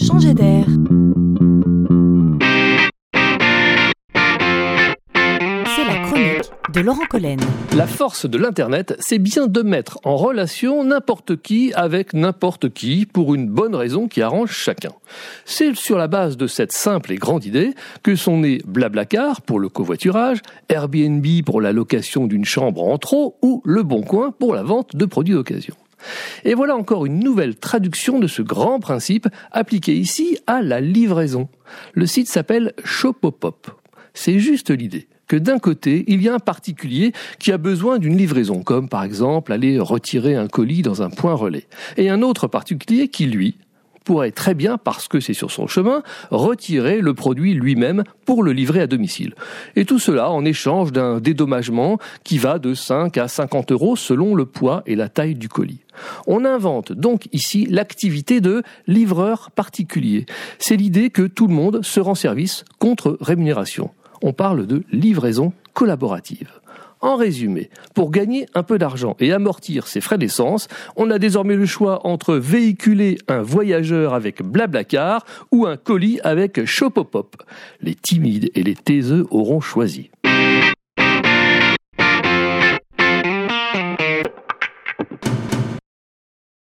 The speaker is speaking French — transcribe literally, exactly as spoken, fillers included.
changer d'air. C'est la chronique de Laurent Collen. La force de l'Internet, c'est bien de mettre en relation n'importe qui avec n'importe qui pour une bonne raison qui arrange chacun. C'est sur la base de cette simple et grande idée que sont nés Blablacar pour le covoiturage, Airbnb pour la location d'une chambre en trop ou Le Bon Coin pour la vente de produits d'occasion. Et voilà encore une nouvelle traduction de ce grand principe appliqué ici à la livraison. Le site s'appelle Shopopop. C'est juste l'idée que d'un côté, il y a un particulier qui a besoin d'une livraison, comme par exemple aller retirer un colis dans un point relais, et un autre particulier qui, lui, pourrait très bien, parce que c'est sur son chemin, retirer le produit lui-même pour le livrer à domicile. Et tout cela en échange d'un dédommagement qui va de cinq à cinquante euros selon le poids et la taille du colis. On invente donc ici l'activité de livreur particulier. C'est l'idée que tout le monde se rend service contre rémunération. On parle de livraison collaborative. En résumé, pour gagner un peu d'argent et amortir ses frais d'essence, on a désormais le choix entre véhiculer un voyageur avec Blablacar ou un colis avec Shopopop. Les timides et les taiseux auront choisi.